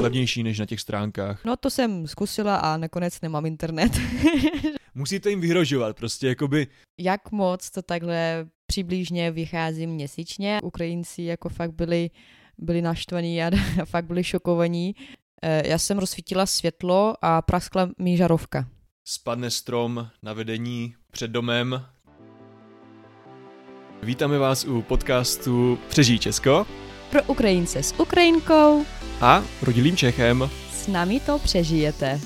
levnější než na těch stránkách. No to jsem zkusila a nakonec nemám internet. Musíte jim vyhrožovat, prostě jakoby... Jak moc to takhle přibližně vychází měsíčně. Ukrajinci jako fakt byli naštvaní a fakt byli šokovaní. Já jsem rozsvítila světlo a praskla mi žarovka. Spadne strom na vedení před domem. Vítáme vás u podcastu Přežij Česko. Pro Ukrajince s Ukrajinkou A rodilým Čechem. S námi to přežijete.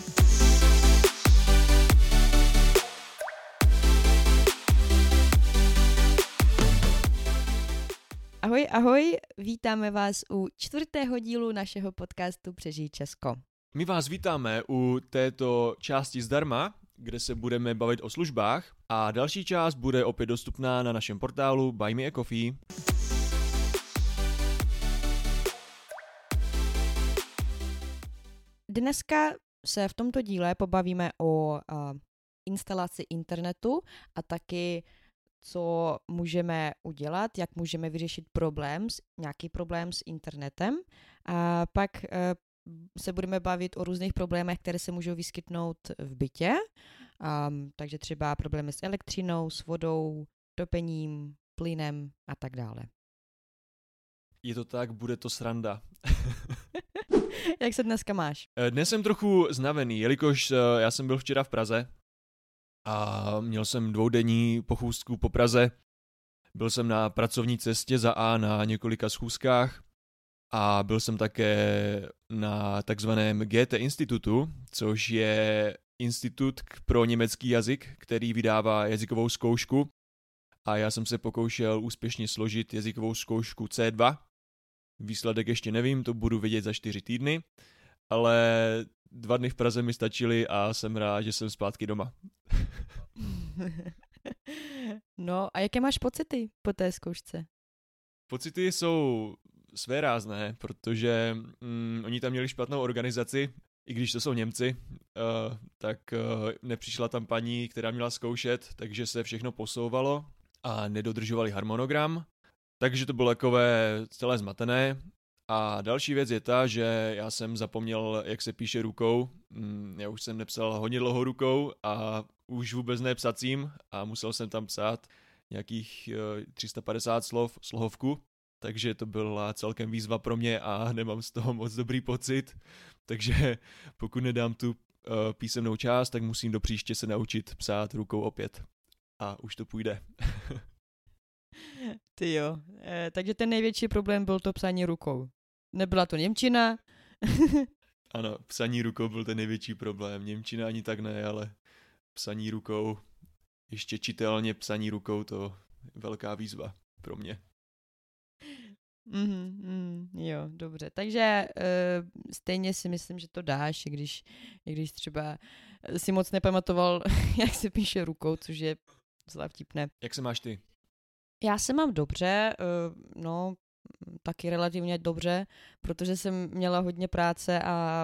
Ahoj, ahoj, vítáme vás u 4. dílu našeho podcastu Přežij Česko. My vás vítáme u této části zdarma, kde se budeme bavit o službách, a další část bude opět dostupná na našem portálu Buy Me a Coffee. Dneska se v tomto díle pobavíme o instalaci internetu a taky co můžeme udělat, jak můžeme vyřešit nějaký problém s internetem. A pak se budeme bavit o různých problémech, které se můžou vyskytnout v bytě. Takže třeba problémy s elektřinou, s vodou, topením, plynem a tak dále. Je to tak, bude to sranda. Jak se dneska máš? Dnes jsem trochu znavený, jelikož já jsem byl včera v Praze a měl jsem 2denní pochůzku po Praze. Byl jsem na pracovní cestě za A na několika schůzkách a byl jsem také na takzvaném GT institutu, což je institut pro německý jazyk, který vydává jazykovou zkoušku, a já jsem se pokoušel úspěšně složit jazykovou zkoušku C2. Výsledek ještě nevím, to budu vědět za 4 týdny, ale 2 dny v Praze mi stačily a jsem rád, že jsem zpátky doma. No a jaké máš pocity po té zkoušce? Pocity jsou svérázné, protože oni tam měli špatnou organizaci, i když to jsou Němci, tak nepřišla tam paní, která měla zkoušet, takže se všechno posouvalo a nedodržovali harmonogram, takže to bylo takové celé zmatené. A další věc je ta, že já jsem zapomněl, jak se píše rukou. Já už jsem nepsal hodně dlouho rukou a už vůbec ne psacím a musel jsem tam psát nějakých 350 slov, slohovku, takže to byla celkem výzva pro mě a nemám z toho moc dobrý pocit. Takže pokud nedám tu písemnou část, tak musím do příště se naučit psát rukou opět. A už to půjde. Ty jo, takže ten největší problém byl to psaní rukou. Nebyla to němčina? Ano, psaní rukou byl ten největší problém. Němčina ani tak ne, ale psaní rukou, ještě čitelně psaní rukou, to je velká výzva pro mě. Jo, dobře. Takže stejně si myslím, že to dáš, i když třeba si moc nepamatoval, jak se píše rukou, což je docela vtipné. Jak se máš ty? Já se mám dobře, taky relativně dobře, protože jsem měla hodně práce a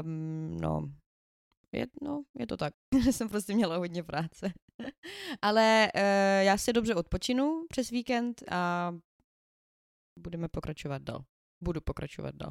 je to tak, že jsem prostě měla hodně práce. Ale já si dobře odpočinu přes víkend a budu pokračovat dál.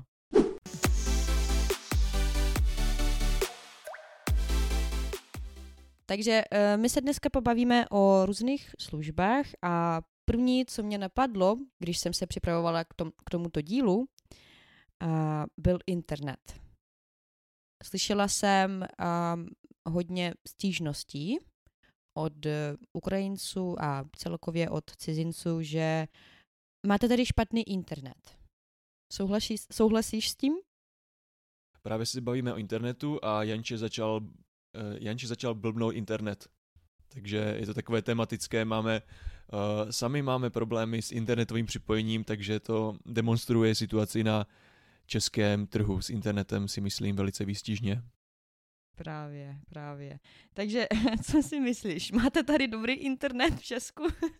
Takže my se dneska pobavíme o různých službách a první, co mě napadlo, když jsem se připravovala k tomuto dílu, byl internet. Slyšela jsem hodně stížností od Ukrajinců a celkově od cizinců, že máte tady špatný internet. Souhlasíš s tím? Právě si bavíme o internetu a Janče začal blbnout internet. Takže je to takové tematické, sami máme problémy s internetovým připojením, takže to demonstruje situaci na českém trhu s internetem, si myslím, velice výstižně. Právě. Takže co si myslíš? Máte tady dobrý internet v Česku?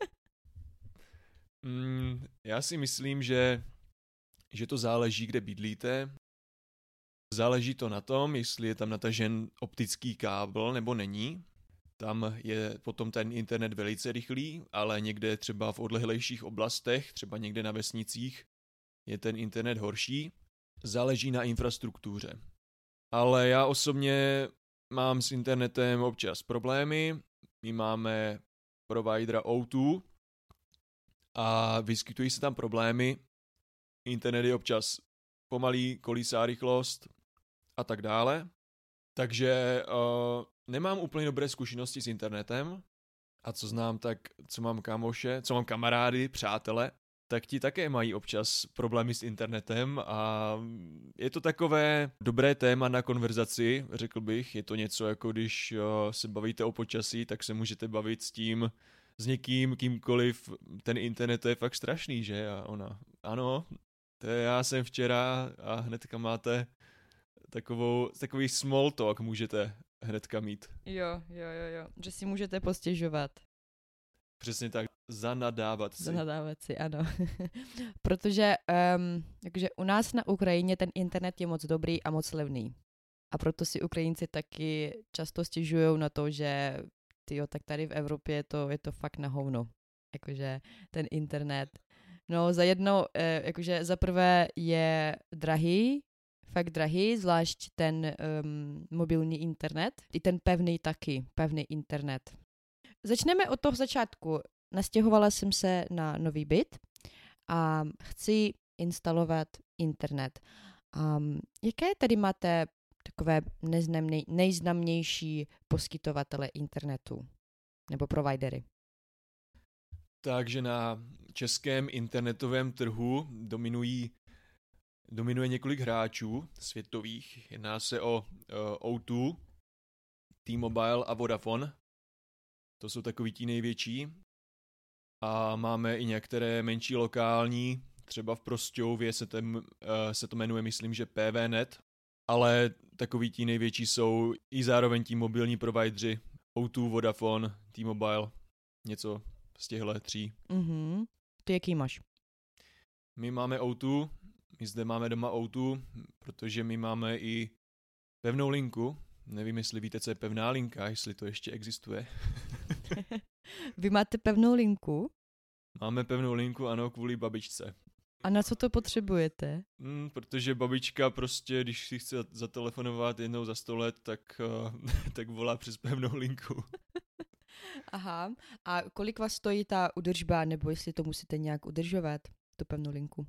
Já si myslím, že to záleží, kde bydlíte. Záleží to na tom, jestli je tam natažen optický kábel nebo není. Tam je potom ten internet velice rychlý, ale někde třeba v odlehlejších oblastech, třeba někde na vesnicích, je ten internet horší. Záleží na infrastruktuře. Ale já osobně mám s internetem občas problémy. My máme providera O2 a vyskytují se tam problémy. Internet je občas pomalý, kolísá rychlost a tak dále. Takže nemám úplně dobré zkušenosti s internetem. A co znám, tak co mám kámoše, co mám kamarády, přátele, tak ti také mají občas problémy s internetem a je to takové dobré téma na konverzaci, řekl bych. Je to něco jako když se bavíte o počasí, tak se můžete bavit s někým, kýmkoliv. Ten internet je fakt strašný, že? A ona, ano, to je já jsem včera a hnedka máte takový small talk můžete hnedka mít. Jo, že si můžete postěžovat. Přesně tak, zanadávat si, ano. Protože takže u nás na Ukrajině ten internet je moc dobrý a moc levný. A proto si Ukrajinci taky často stěžují na to, že tak tady v Evropě je to fakt na hovno. Jakože ten internet. No jakože za prvé je drahý, fakt drahý, zvlášť ten mobilní internet. I ten pevný internet. Začneme od toho začátku. Nastěhovala jsem se na nový byt a chci instalovat internet. Jaké tady máte takové nejznámější poskytovatele internetu nebo providery? Takže na českém internetovém trhu dominuje několik hráčů světových. Jedná se o O2, T-Mobile a Vodafone. To jsou takoví ti největší. A máme i některé menší lokální, třeba v Prostějově se to jmenuje, myslím, že PVNet. Ale takoví ti největší jsou i zároveň ti mobilní provideři O2, Vodafone, T-Mobile, něco z těchto tří. Mm-hmm. Ty jaký máš? My máme O2, my zde máme doma O2, protože my máme i pevnou linku. Nevím, jestli víte, co je pevná linka, jestli to ještě existuje. Vy máte pevnou linku? Máme pevnou linku, ano, kvůli babičce. A na co to potřebujete? Protože babička prostě, když si chce zatelefonovat jednou za 100 let, tak volá přes pevnou linku. Aha. A kolik vás stojí ta údržba, nebo jestli to musíte nějak udržovat, tu pevnou linku?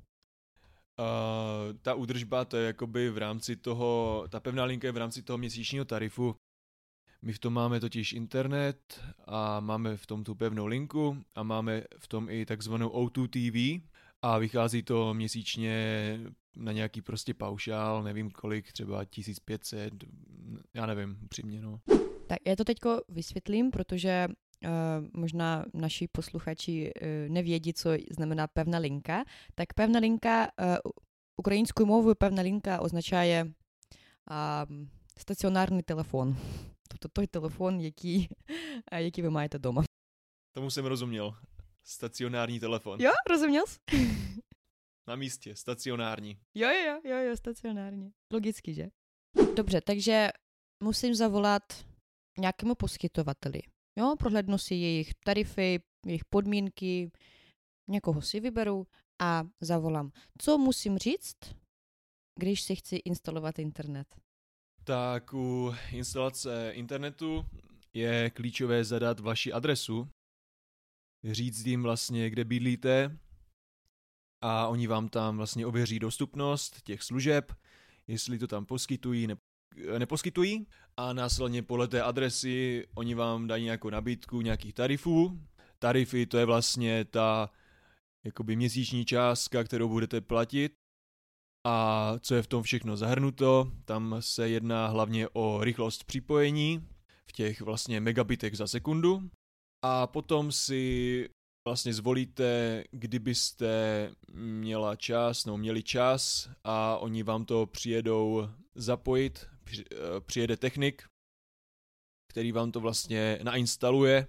Ta údržba, to je jakoby v rámci ta pevná linka je v rámci toho měsíčního tarifu. My v tom máme totiž internet a máme v tom tu pevnou linku a máme v tom i takzvanou O2 TV a vychází to měsíčně na nějaký prostě paušál, nevím kolik, třeba 1500, já nevím, upřímně, no. Tak já to teďko vysvětlím, protože možná naši posluchači nevědí, co znamená pevná linka. Tak pevná linka, ukrajinskou mluvu pevná linka označuje stacionární telefon. To je telefon, jaký vy máte doma. Tomu jsem rozuměl. Stacionární telefon. Jo, rozuměl jsi? Na místě, stacionární. Jo, stacionární. Logicky, že? Dobře, takže musím zavolat nějakému poskytovateli. Jo, prohlédnu si jejich tarify, jejich podmínky, někoho si vyberu a zavolám. Co musím říct, když si chci instalovat internet? Tak u instalace internetu je klíčové zadat vaši adresu, říct jim vlastně, kde bydlíte a oni vám tam vlastně ověří dostupnost těch služeb, jestli to tam poskytují, neposkytují a následně podle té adresy oni vám dají nějakou nabídku nějakých tarifů. Tarify to je vlastně ta jakoby měsíční částka, kterou budete platit a co je v tom všechno zahrnuto. Tam se jedná hlavně o rychlost připojení v těch vlastně megabitech za sekundu a potom si vlastně zvolíte, kdybyste měli čas a oni vám to přijedou zapojit, přijede technik, který vám to vlastně nainstaluje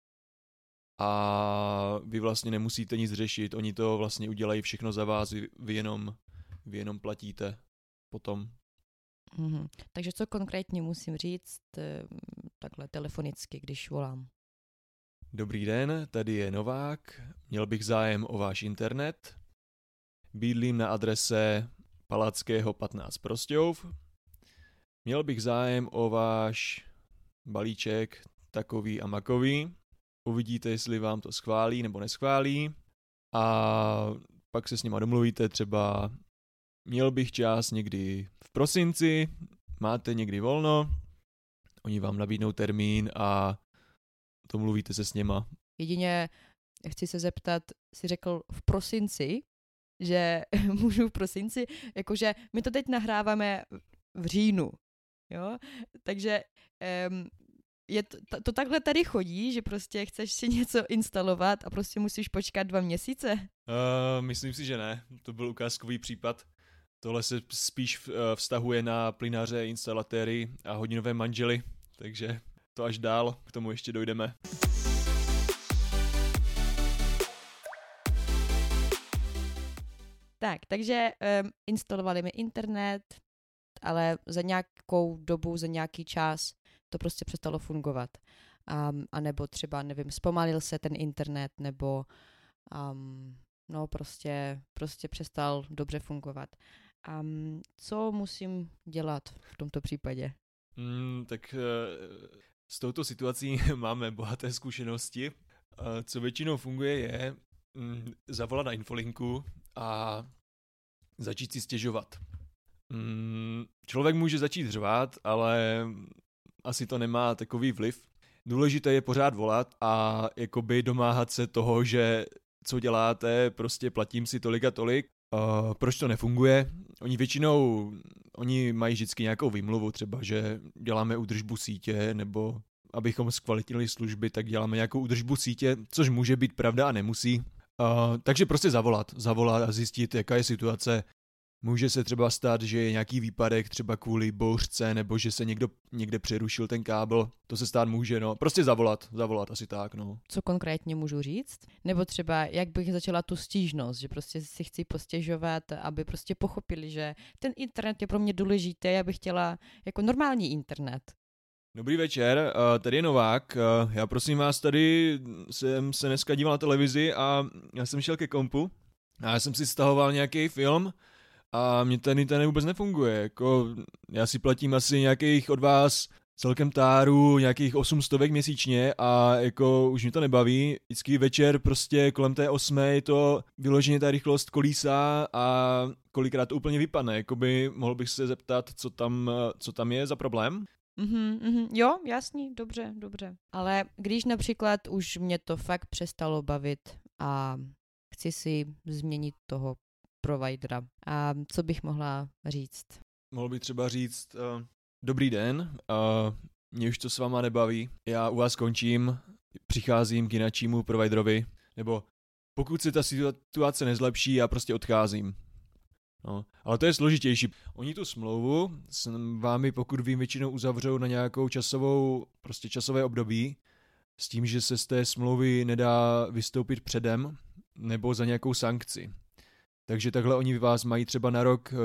a vy vlastně nemusíte nic řešit, oni to vlastně udělají všechno za vás, vy jenom platíte potom. Mm-hmm. Takže co konkrétně musím říct takhle telefonicky, když volám? Dobrý den, tady je Novák, měl bych zájem o váš internet. Bydlím na adrese Palackého 15 Prostějov. Měl bych zájem o váš balíček takový a makový. Uvidíte, jestli vám to schválí nebo neschválí. A pak se s nima domluvíte, třeba měl bych čas někdy v prosinci, máte někdy volno, oni vám nabídnou termín a domluvíte se s něma. Jedině chci se zeptat, jsi řekl v prosinci, že můžu v prosinci, jakože my to teď nahráváme v říjnu, jo, takže to takhle tady chodí, že prostě chceš si něco instalovat a prostě musíš počkat 2 měsíce? Myslím si, že ne, to byl ukázkový případ. Tohle se spíš vztahuje na plynaře, instalatéry a hodinové manžely, takže to až dál, k tomu ještě dojdeme. Takže instalovali mi internet, ale za nějakou dobu, za nějaký čas to prostě přestalo fungovat. A nebo třeba, nevím, zpomalil se ten internet, nebo prostě přestal dobře fungovat. Co musím dělat v tomto případě? Tak s touto situací máme bohaté zkušenosti. Co většinou funguje je zavolat na infolinku a začít si stěžovat. Člověk může začít řvát, ale asi to nemá takový vliv. Důležité je pořád volat a jakoby domáhat se toho, že co děláte, prostě platím si tolik a tolik. Proč to nefunguje? Oni mají vždycky nějakou výmluvu, třeba, že děláme údržbu sítě, nebo abychom zkvalitnili služby, tak děláme nějakou údržbu sítě, což může být pravda a nemusí. Takže prostě zavolat a zjistit, jaká je situace. Může se třeba stát, že je nějaký výpadek třeba kvůli bouřce, nebo že se někde přerušil ten kábel. To se stát může, no. Prostě zavolat asi tak, no. Co konkrétně můžu říct? Nebo třeba, jak bych začala tu stížnost, že prostě si chci postěžovat, aby prostě pochopili, že ten internet je pro mě důležitý, já bych chtěla jako normální internet. Dobrý večer, tady je Novák. Já prosím vás, tady jsem se dneska díval na televizi a já jsem šel ke kompu a já jsem si stahoval nějaký film a mě ten internet vůbec nefunguje. Jako, já si platím asi nějakých od vás celkem táru, nějakých 800 měsíčně a jako už mě to nebaví. Vždycky večer prostě kolem té 8 to vyloženě ta rychlost kolísá a kolikrát to úplně vypadne. Jakoby mohl bych se zeptat, co tam je za problém? Jo, jasný, dobře. Ale když například už mě to fakt přestalo bavit a chci si změnit toho providera, a co bych mohla říct? Mohl bych třeba říct, dobrý den, mě už to s váma nebaví, já u vás končím, přicházím k jináčímu providerovi, nebo pokud se ta situace nezlepší, já prostě odcházím. No, ale to je složitější. Oni tu smlouvu s vámi, pokud vím, většinou uzavřou na nějakou časové období, s tím, že se z té smlouvy nedá vystoupit předem, nebo za nějakou sankci. Takže takhle oni vás mají třeba na rok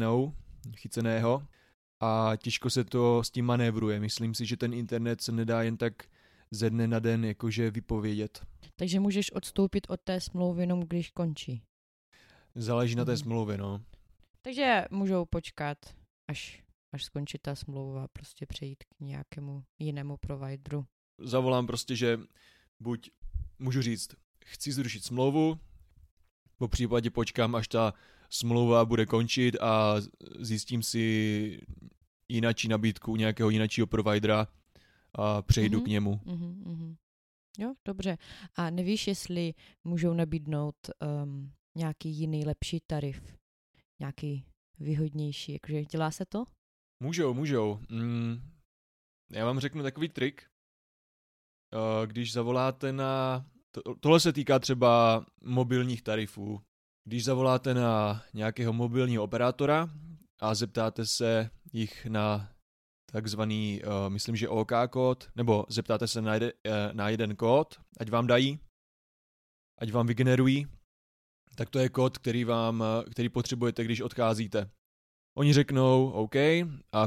chyceného a těžko se to s tím manévruje. Myslím si, že ten internet se nedá jen tak ze dne na den jakože vypovědět. Takže můžeš odstoupit od té smlouvy jenom když končí. Záleží na té smlouvě, no. Takže můžou počkat, až skončí ta smlouva, prostě přejít k nějakému jinému provideru. Zavolám prostě, že buď můžu říct, chci zrušit smlouvu, po případě počkám, až ta smlouva bude končit a zjistím si jináčí nabídku nějakého jináčího providera a přejdu k němu. Jo, dobře. A nevíš, jestli můžou nabídnout nějaký jiný lepší tarif, nějaký výhodnější, jakože dělá se to? Můžou. Já vám řeknu takový trik. Když zavoláte tohle se týká třeba mobilních tarifů. Když zavoláte na nějakého mobilního operátora a zeptáte se jich na takzvaný, myslím, že OK kód, nebo zeptáte se na jeden kód, ať vám dají, ať vám vygenerují, tak to je kód, který potřebujete, když odcházíte. Oni řeknou OK a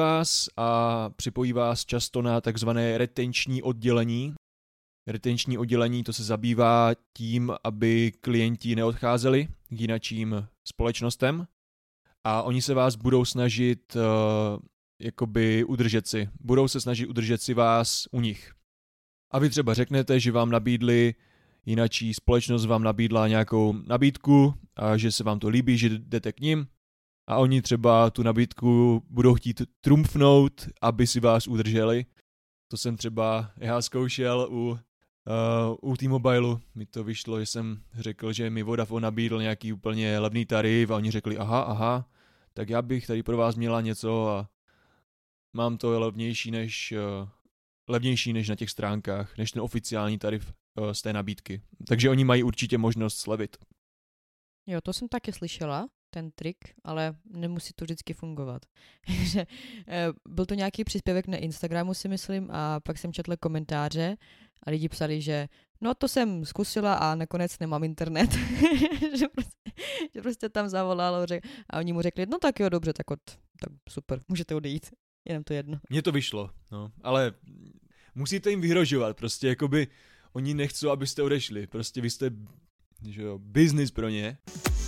připojí vás často na takzvané retenční oddělení. Retenční oddělení to se zabývá tím, aby klienti neodcházeli k jinačím společnostem a oni se vás budou snažit jakoby udržet si. Budou se snažit udržet si vás u nich. A vy třeba řeknete, že vám nabídli, jináčí společnost vám nabídla nějakou nabídku a že se vám to líbí, že jdete k ním a oni třeba tu nabídku budou chtít trumfnout, aby si vás udrželi. To jsem třeba já zkoušel u T-Mobileu. Mi to vyšlo, že jsem řekl, že mi Vodafone nabídl nějaký úplně levný tarif a oni řekli aha, tak já bych tady pro vás měla něco a mám to levnější než na těch stránkách, než ten oficiální tarif z té nabídky. Takže oni mají určitě možnost slevit. Jo, to jsem taky slyšela, ten trik, ale nemusí to vždycky fungovat. Byl to nějaký příspěvek na Instagramu, si myslím, a pak jsem četla komentáře a lidi psali, že no to jsem zkusila a nakonec nemám internet. že prostě tam zavolalo a oni mu řekli, no tak jo, dobře, tak super, můžete odejít, jenom to jedno. Mně to vyšlo, no, ale musíte jim vyhrožovat, prostě jakoby oni nechcou, abyste odešli, prostě vy jste, že jo, business pro ně.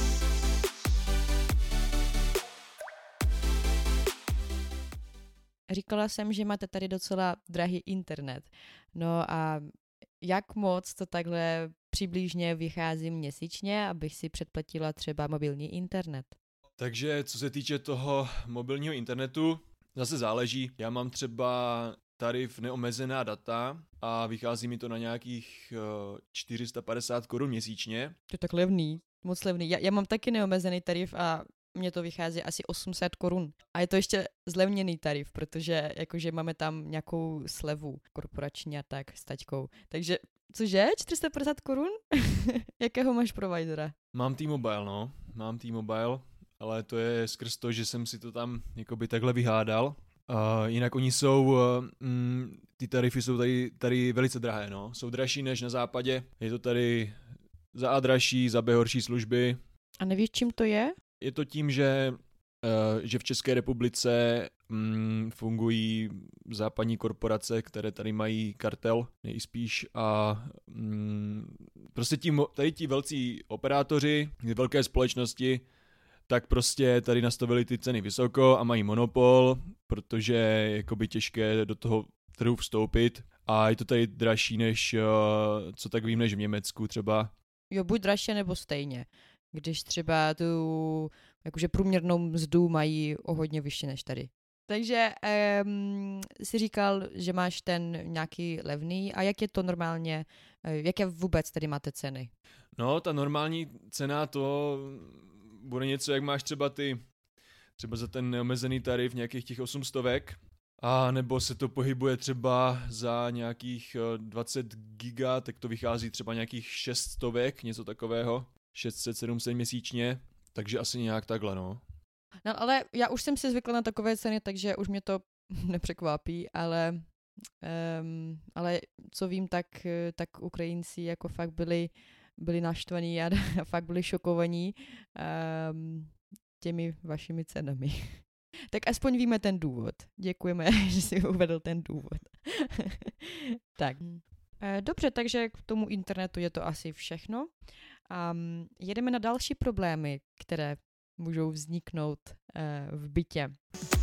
Říkala jsem, že máte tady docela drahý internet. No a jak moc to takhle přibližně vychází měsíčně, abych si předplatila třeba mobilní internet? Takže co se týče toho mobilního internetu, zase záleží. Já mám třeba tarif neomezená data a vychází mi to na nějakých 450 Kč měsíčně. To je tak levný, moc levný. Já mám taky neomezený tarif a mně to vychází asi 800 Kč. A je to ještě zlevněný tarif, protože jakože máme tam nějakou slevu korporační a tak s taťkou. Takže cože? 450 Kč? Jakého máš providera? Mám T-Mobile, ale to je skrz to, že jsem si to tam jakoby takhle vyhádal. Jinak oni jsou, ty tarify jsou tady velice drahé, no. Jsou dražší než na západě, je to tady za A dražší, za B horší služby. A nevíš, čím to je? Je to tím, že v České republice fungují západní korporace, které tady mají kartel nejspíš a prostě tady ti velcí operátoři, velké společnosti, tak prostě tady nastavili ty ceny vysoko a mají monopol, protože je jakoby těžké do toho trhu vstoupit a je to tady dražší než, co tak vím, než v Německu třeba. Jo, buď dražší nebo stejně. Když třeba tu jakože průměrnou mzdu mají o hodně vyšší než tady. Takže si říkal, že máš ten nějaký levný a jak je to normálně, jaké vůbec tady máte ceny? No, ta normální cena to bude něco, jak máš třeba za ten neomezený tarif nějakých těch 800, a nebo se to pohybuje třeba za nějakých 20 giga, tak to vychází třeba nějakých 600, něco takového, 600-700 měsíčně, takže asi nějak takhle, no. No ale já už jsem si zvykla na takové ceny, takže už mě to nepřekvapí, ale co vím, tak Ukrajinci jako fakt byli naštvaní a fakt byli šokovaní těmi vašimi cenami. Tak aspoň víme ten důvod. Děkujeme, že jsi uvedl ten důvod. Tak. Dobře, takže k tomu internetu je to asi všechno. Jedeme na další problémy, které můžou vzniknout v bytě.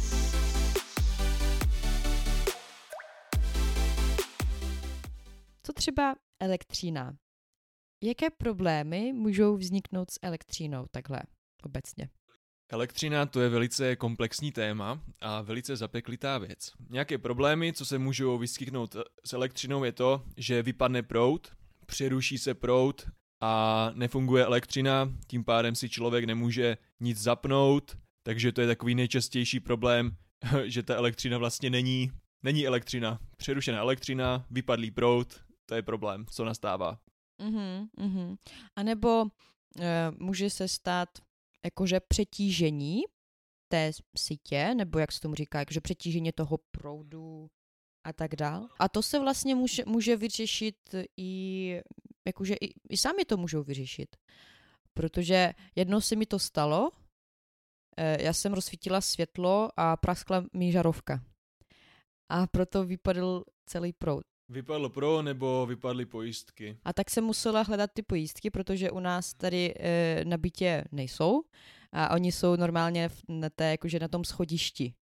Co třeba elektřina? Jaké problémy můžou vzniknout s elektřinou takhle obecně? Elektřina to je velice komplexní téma a velice zapeklitá věc. Nějaké problémy, co se můžou vyskytnout s elektřinou, je to, že vypadne proud, přeruší se proud a nefunguje elektřina, tím pádem si člověk nemůže nic zapnout, takže to je takový nejčastější problém, že ta elektřina vlastně není elektřina. Přerušená elektřina, vypadlý proud, to je problém, co nastává. A nebo může se stát jakože přetížení té sítě, nebo jak se tomu říká, jakože přetížení toho proudu a tak dál. A to se vlastně může vyřešit jakože i sami to můžou vyřešit. Protože jednou se mi to stalo, já jsem rozsvítila světlo a praskla mi žarovka. A proto vypadl celý proud. Vypadlo proud nebo vypadly pojistky? A tak jsem musela hledat ty pojistky, protože u nás tady na bytě nejsou a oni jsou normálně jakože na tom schodišti.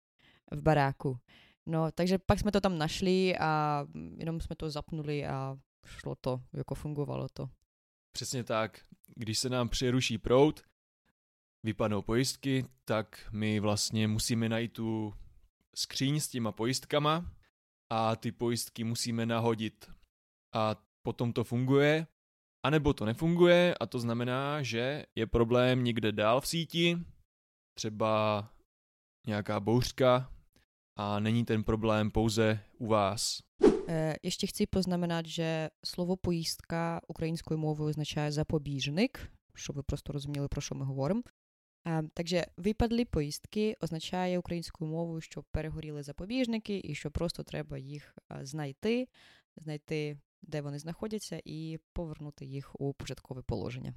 v baráku. No, takže pak jsme to tam našli a jenom jsme to zapnuli a šlo to, jako fungovalo to. Přesně tak. Když se nám přeruší proud, vypadnou pojistky, tak my vlastně musíme najít tu skříň s těma pojistkama a ty pojistky musíme nahodit. A potom to funguje, anebo to nefunguje a to znamená, že je problém někde dál v síti, třeba nějaká bouřka a není ten problém pouze u vás. Ještě chci poznamenat, že slovo pojistka українською мовою означає запобіжник, щоб ви просто розуміли, про що ми говоримо. Takže випадли поїздки означає українською мовою, що перегоріли запобіжники і що просто треба їх знайти, де вони знаходяться і повернути їх у початкове положення.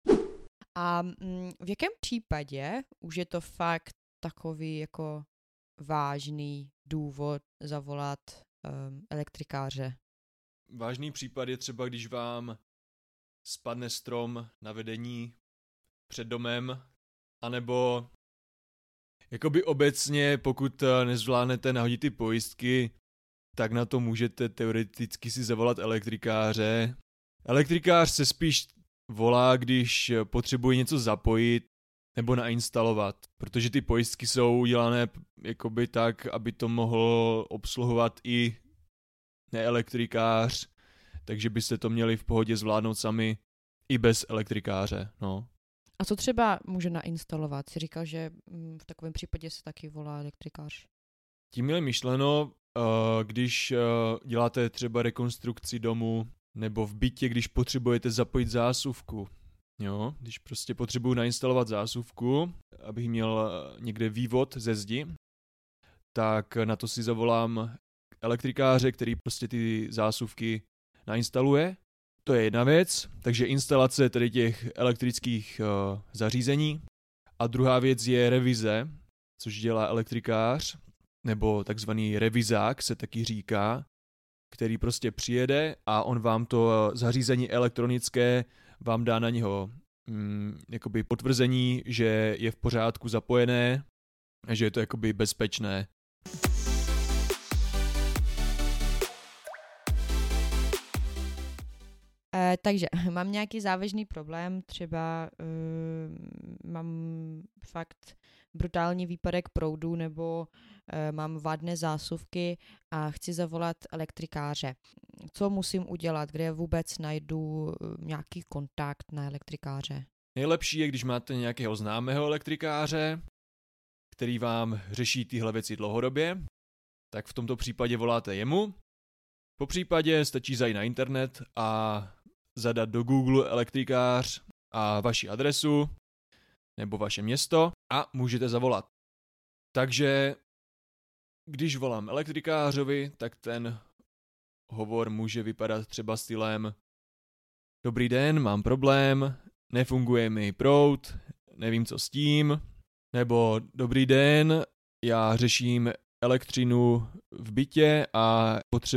A v jakém případě už je to fakt takový jako vážný důvod zavolat elektrikáře? Vážný případ je třeba, když vám spadne strom na vedení před domem, anebo jakoby obecně, pokud nezvládnete nahodit ty pojistky, tak na to můžete teoreticky si zavolat elektrikáře. Elektrikář se spíš volá, když potřebuje něco zapojit nebo nainstalovat, protože ty pojistky jsou udělané jakoby tak, aby to mohl obsluhovat i neelektrikář, takže byste to měli v pohodě zvládnout sami i bez elektrikáře, no. A co třeba může nainstalovat? Jsi říkal, že v takovém případě se taky volá elektrikář. Tím je myšleno, když děláte třeba rekonstrukci domu nebo v bytě, když potřebujete zapojit zásuvku. Jo, když prostě potřebuju nainstalovat zásuvku, abych měl někde vývod ze zdi, tak na to si zavolám elektrikáře, který prostě ty zásuvky nainstaluje. To je jedna věc, takže instalace tedy těch elektrických zařízení. A druhá věc je revize, což dělá elektrikář, nebo takzvaný revizák se taky říká, který prostě přijede a on vám to zařízení elektronické vám dá na něho jakoby potvrzení, že je v pořádku zapojené a že je to jakoby bezpečné. Takže mám nějaký závažný problém, třeba mám fakt brutální výpadek proudu nebo mám vadné zásuvky a chci zavolat elektrikáře. Co musím udělat, kde vůbec najdu nějaký kontakt na elektrikáře? Nejlepší je, když máte nějakého známého elektrikáře, který vám řeší tyhle věci dlouhodobě, tak v tomto případě voláte jemu. Po případě stačí zajít na internet a zadat do Google elektrikář a vaši adresu nebo vaše město a můžete zavolat. Takže když volám elektrikářovi, tak ten hovor může vypadat třeba stylem: Dobrý den, mám problém, nefunguje mi proud, nevím co s tím, nebo dobrý den, já řeším elektřinu v bytě a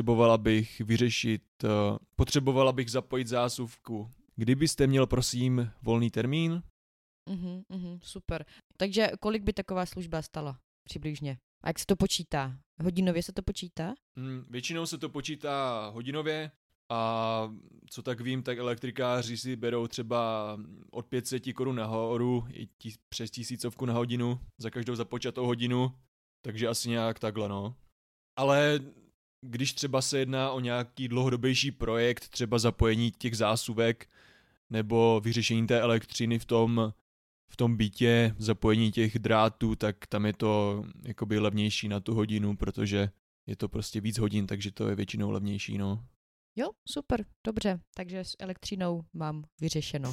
potřebovala bych zapojit zásuvku. Kdybyste měl, prosím, volný termín? Super. Takže kolik by taková služba stala přibližně? A jak se to počítá? Hodinově se to počítá? Většinou se to počítá hodinově a co tak vím, tak elektrikáři si berou třeba od 500 korun nahoru i přes 1000 na hodinu za každou započatou hodinu, takže asi nějak takhle, no. Ale když třeba se jedná o nějaký dlouhodobější projekt, třeba zapojení těch zásuvek nebo vyřešení té elektřiny v tom bytě, zapojení těch drátů, tak tam je to jakoby levnější na tu hodinu, protože je to prostě víc hodin, takže to je většinou levnější, no. Jo, super, dobře, takže s elektřinou mám vyřešeno.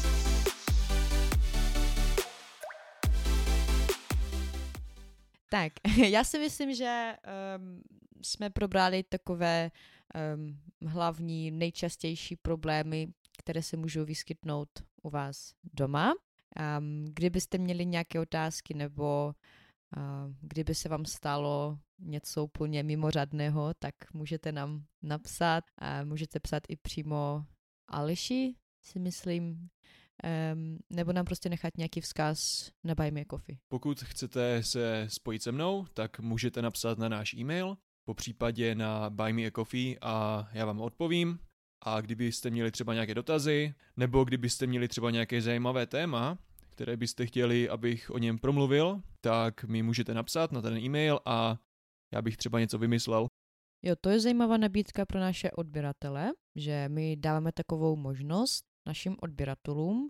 Tak, já si myslím, že jsme probrali takové hlavní, nejčastější problémy, které se můžou vyskytnout u vás doma. Kdybyste měli nějaké otázky nebo kdyby se vám stalo něco úplně mimořádného, tak můžete nám napsat. Můžete psát i přímo Aleši, si myslím, nebo nám prostě nechat nějaký vzkaz na Buy Me a Coffee. Pokud chcete se spojit se mnou, tak můžete napsat na náš e-mail, popřípadě na Buy Me a Coffee a já vám odpovím. A kdybyste měli třeba nějaké dotazy, nebo kdybyste měli třeba nějaké zajímavé téma, které byste chtěli, abych o něm promluvil, tak mi můžete napsat na ten e-mail a já bych třeba něco vymyslel. Jo, to je zajímavá nabídka pro naše odběratele, že my dáváme takovou možnost našim odběratelům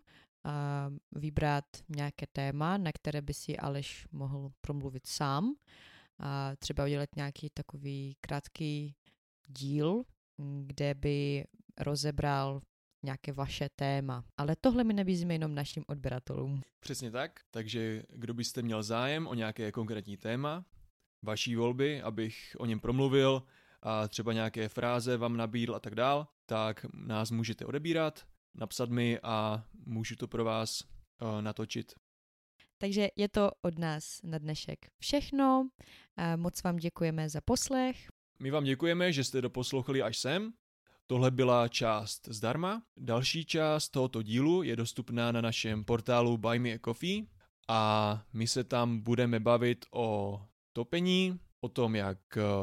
vybrat nějaké téma, na které by si Aleš mohl promluvit sám. A třeba udělat nějaký takový krátký díl, kde by rozebral nějaké vaše téma. Ale tohle my nabízíme jenom našim odběratelům. Přesně tak, takže kdo byste měl zájem o nějaké konkrétní téma, vaší volby, abych o něm promluvil a třeba nějaké fráze vám nabídl a tak dál, tak nás můžete odebírat, napsat mi a můžu to pro vás natočit. Takže je to od nás na dnešek všechno. Moc vám děkujeme za poslech. My vám děkujeme, že jste doposlouchali až sem. Tohle byla část zdarma. Další část tohoto dílu je dostupná na našem portálu Buy Me a Coffee a my se tam budeme bavit o topení, o tom, jak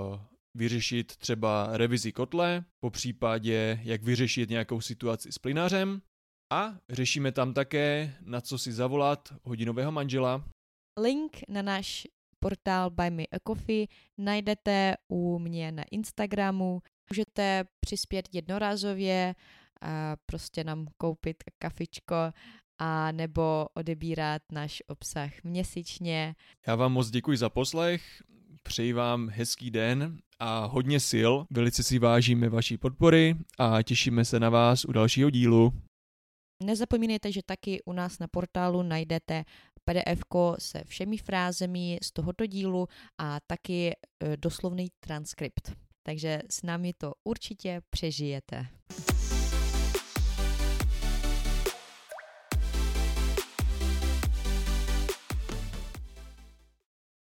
vyřešit třeba revizi kotle, popřípadě jak vyřešit nějakou situaci s plynařem a řešíme tam také, na co si zavolat hodinového manžela. Link na náš portál Buy Me a Coffee najdete u mě na Instagramu. Můžete přispět jednorázově a prostě nám koupit kafičko a nebo odebírat náš obsah měsíčně. Já vám moc děkuji za poslech, přeji vám hezký den a hodně sil. Velice si vážíme vaší podpory a těšíme se na vás u dalšího dílu. Nezapomínejte, že taky u nás na portálu najdete PDF-ko se všemi frázemi z tohoto dílu a taky doslovný transkript. Takže s námi to určitě přežijete.